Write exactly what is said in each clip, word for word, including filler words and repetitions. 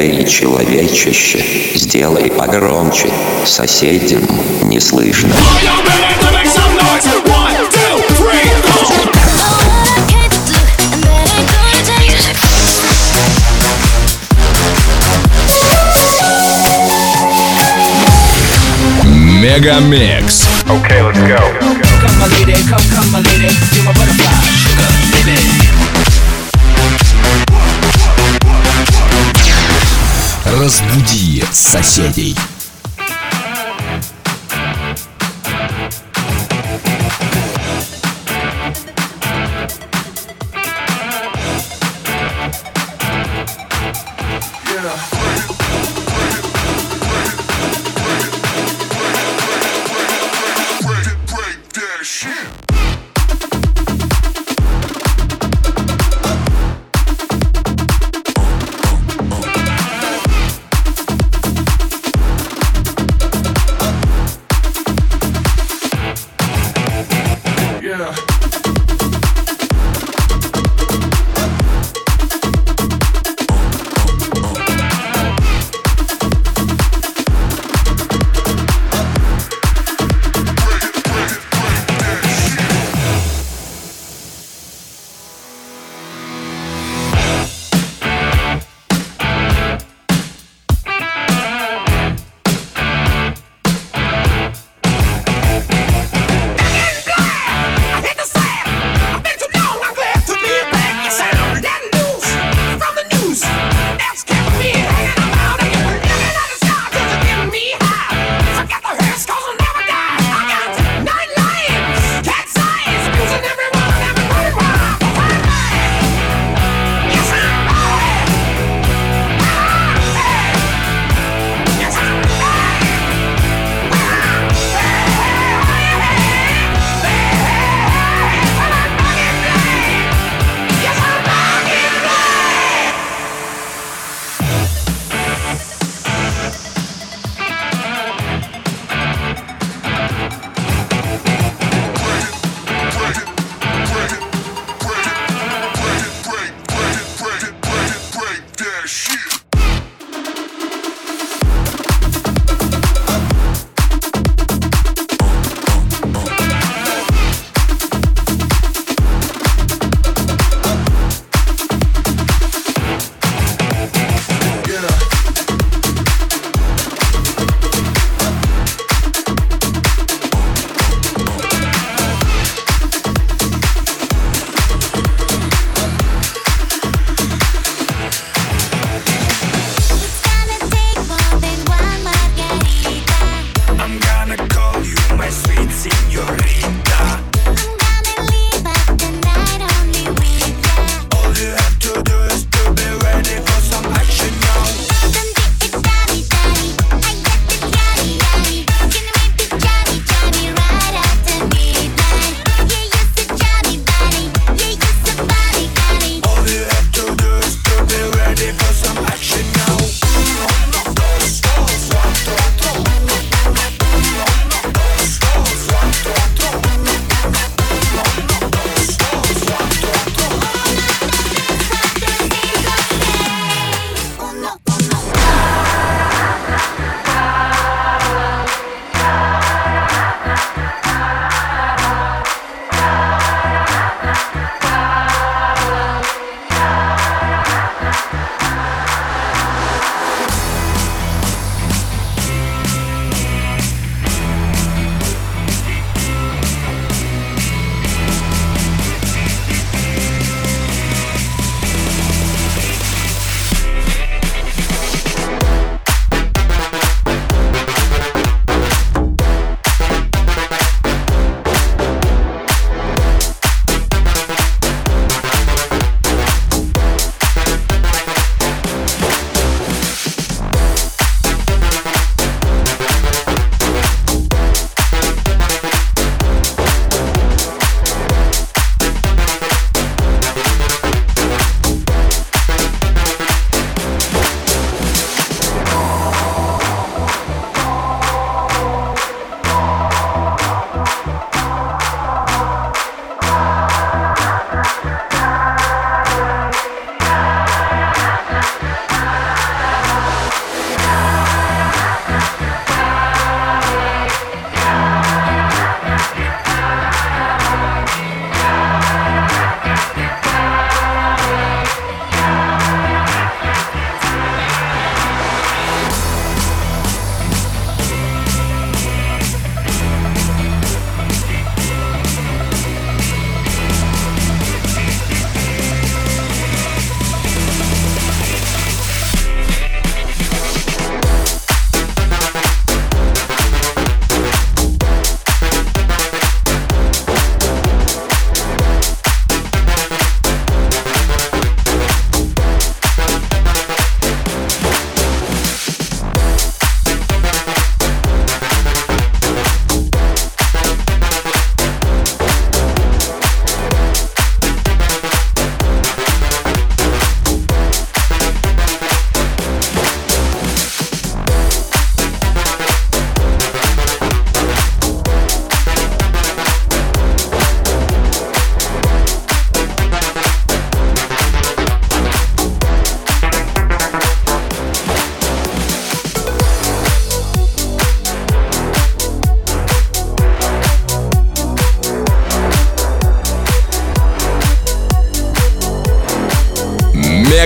Эй, человечище, сделай погромче, соседям не слышно. Мегамикс. Okay, let's go. Come my lady, come, come my lady, you're my butterfly, sugar, baby. Разбуди соседей.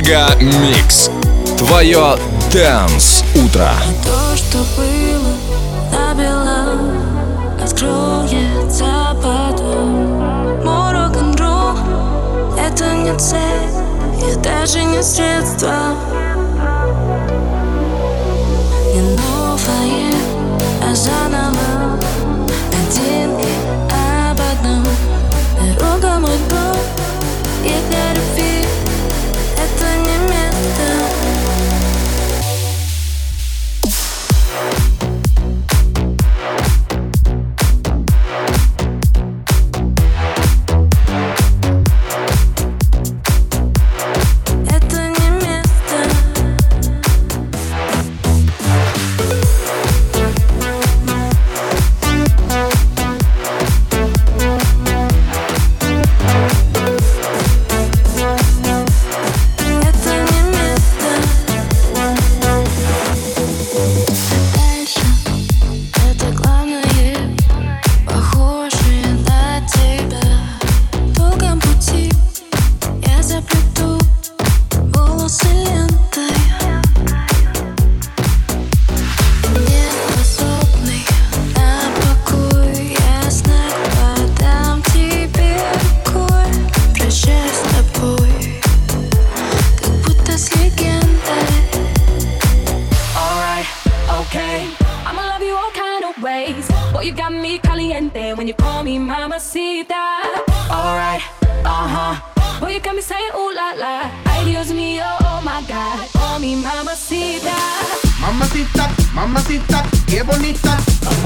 Мега Микс. Твое Dance утро. То, что было набело, откроется потом. Мой рок-н-ролл — это не цель и даже не средство. Не новое, а заново. Один и об одном. Дорога мой дом, и для любви это не место. Mamacita, mamacita, qué bonita.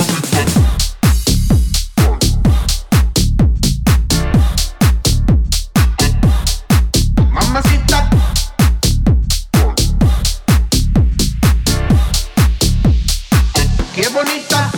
Mamacita. Qué bonita.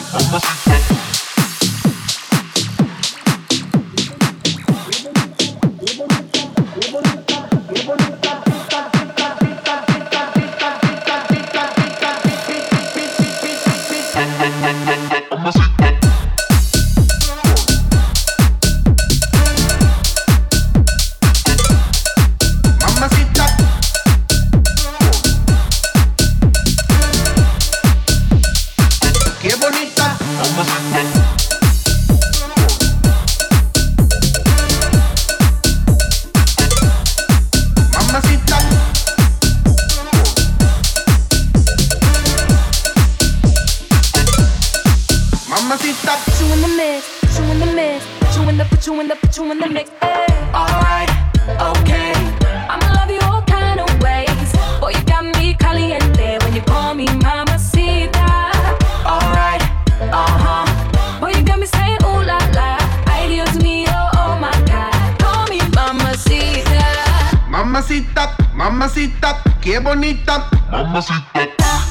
Mamacita, mamacita, qué bonita. Mamacita.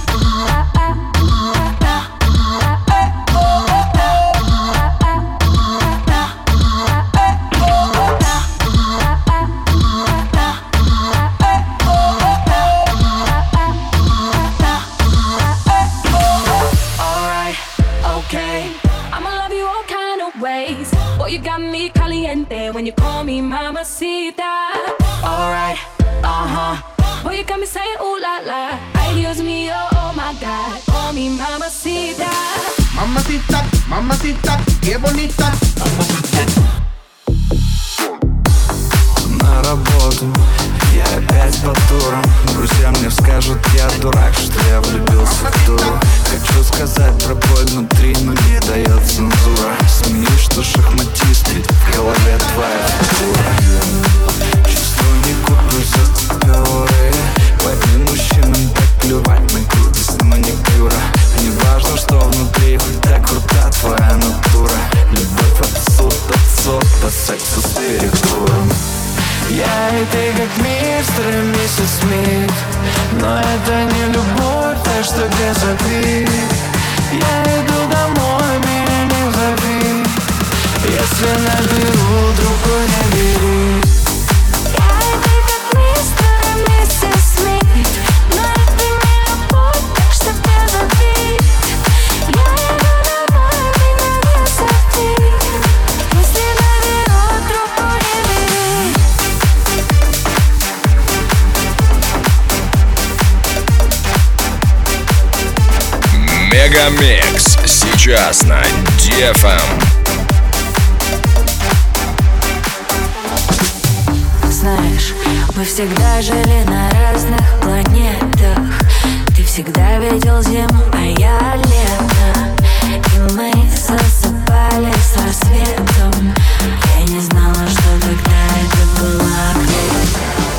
You got me caliente when you call me mamacita. Alright, uh-huh. Boy, you got me saying ooh la la. Ay, Dios mío, oh my God. Call me mamacita. Mamacita, mamacita, qué bonita. Mamacita. На работу я опять по турам. Друзья мне скажут, я дурак, что я влюбился в туру. Хочу сказать про боль внутри, но не дает цензура. Смеюсь, что шахматист, ведь в голове твоя фигура. Чувствую, не куплюсь за стеклы. Одним мужчинам так плевать на крутость маникюра. Не важно, что внутри, хоть так крута твоя натура. Любовь абсурд, абсурд, по сексу с перекуром. Я и ты как мистер и миссис Смит, но это не любовь, так что без обид. Я иду домой, меня не зови. Если наберу, другой не бери. Я и ты как мистер и миссис Смит, но это не любовь, так что без обид. Я иду домой, меня не зови. Если наберу, другой не бери. Мегамикс сейчас на ди эф эм. Знаешь, мы всегда жили на разных планетах. Ты всегда видел зиму, а я лето. И мы засыпали с рассветом. Я не знала, что тогда это была клетка.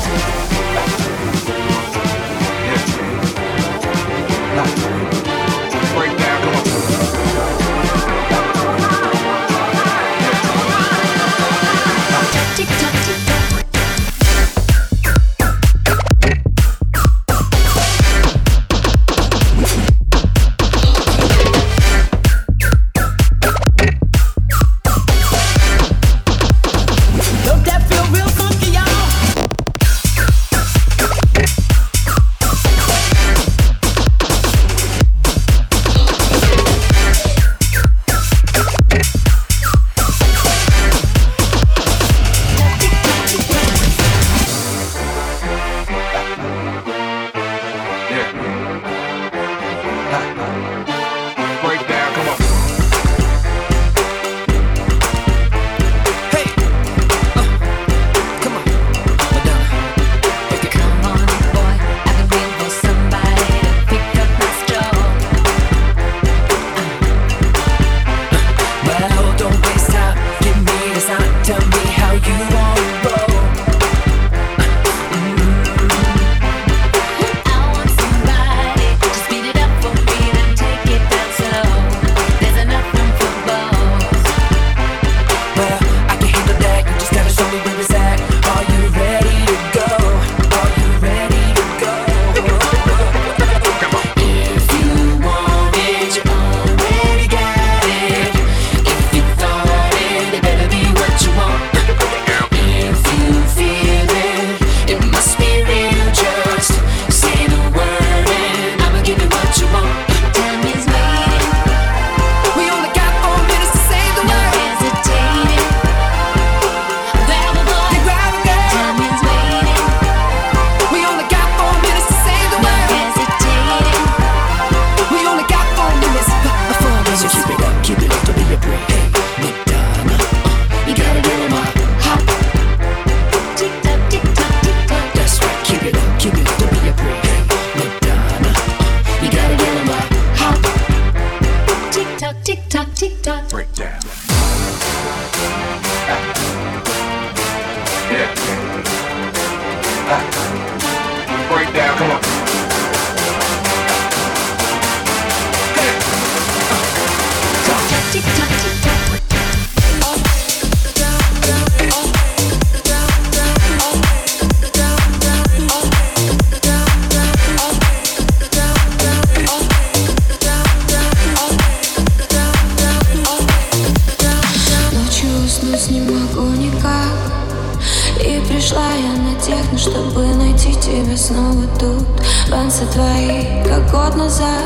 Чтобы найти тебя снова тут. Танцы твои, как год назад,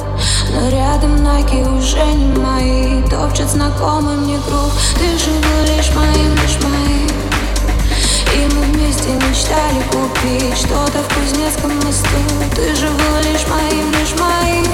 но рядом ноги уже не мои. Топчет знакомый мне круг. Ты же был лишь моим, лишь моим. И мы вместе мечтали купить что-то в Кузнецком мосту. Ты же был лишь моим, лишь моим.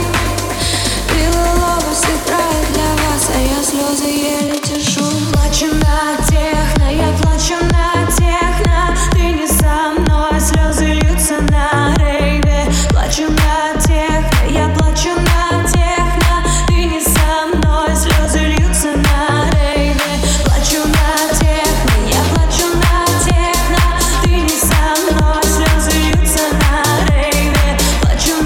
Лилолобус играет для вас, а я слезы еле держу. Плачу на техно, я плачу на техно. Ты не со мной, слезы льются на рейве. Плачу на техно, я плачу на техно. Ты не со мной, слезы льются на рейве. Плачу на техно, я плачу на техно. Ты не со мной, слезы льются на рейве. Плачу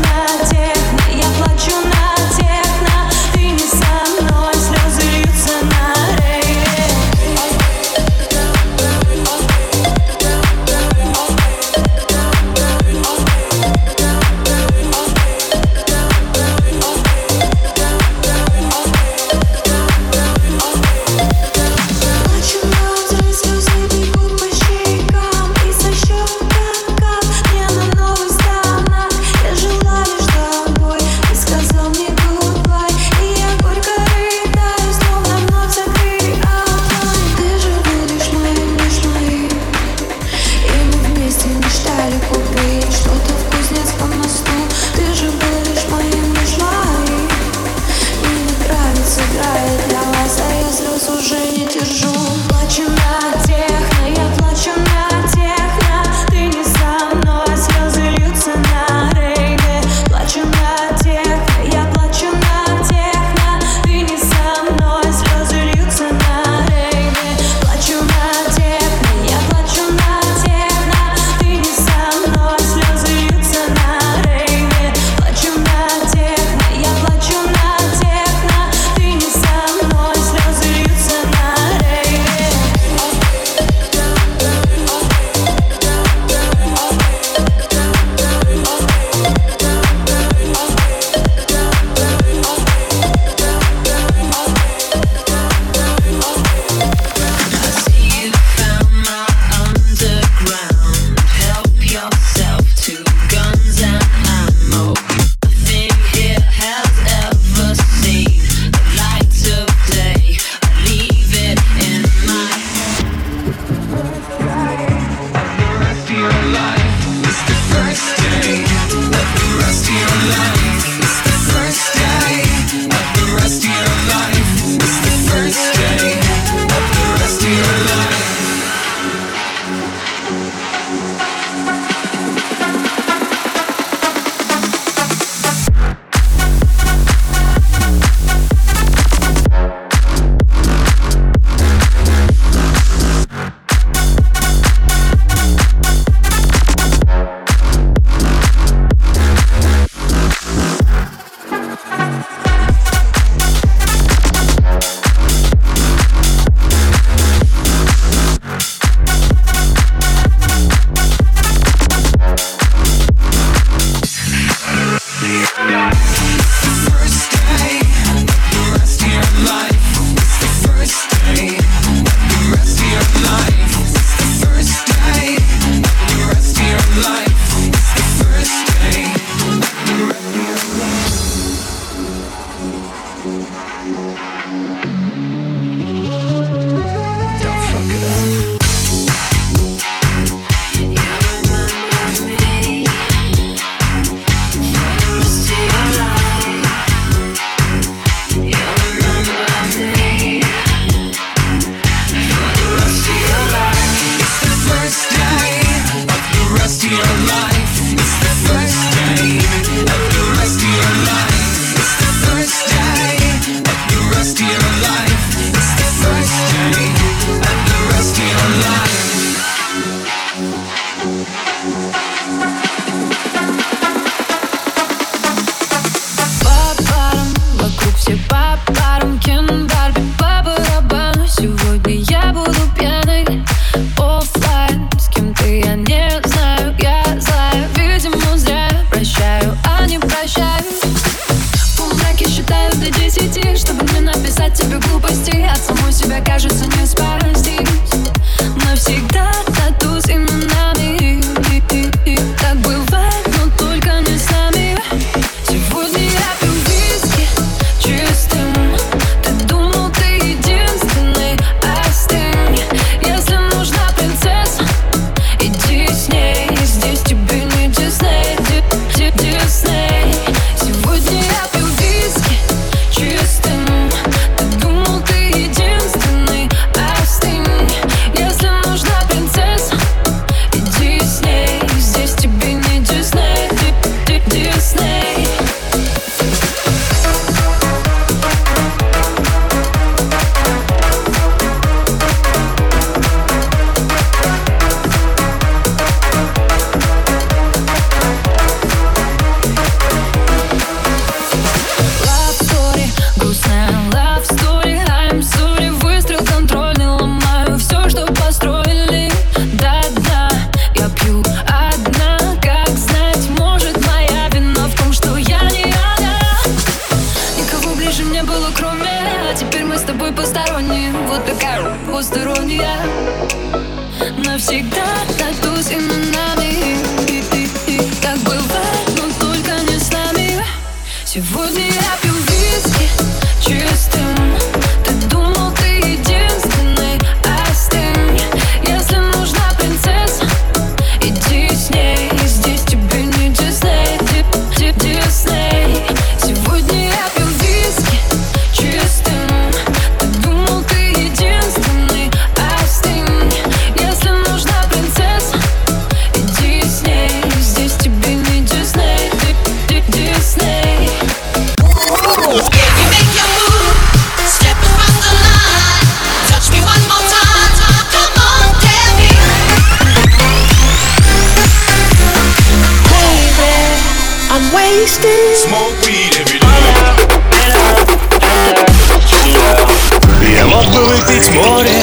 Я мог бы выпить море,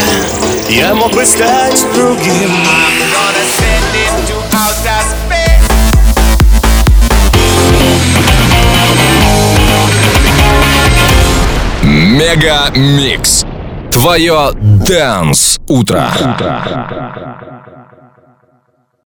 я мог бы стать другим. Мега Микс. Твое Dance утро.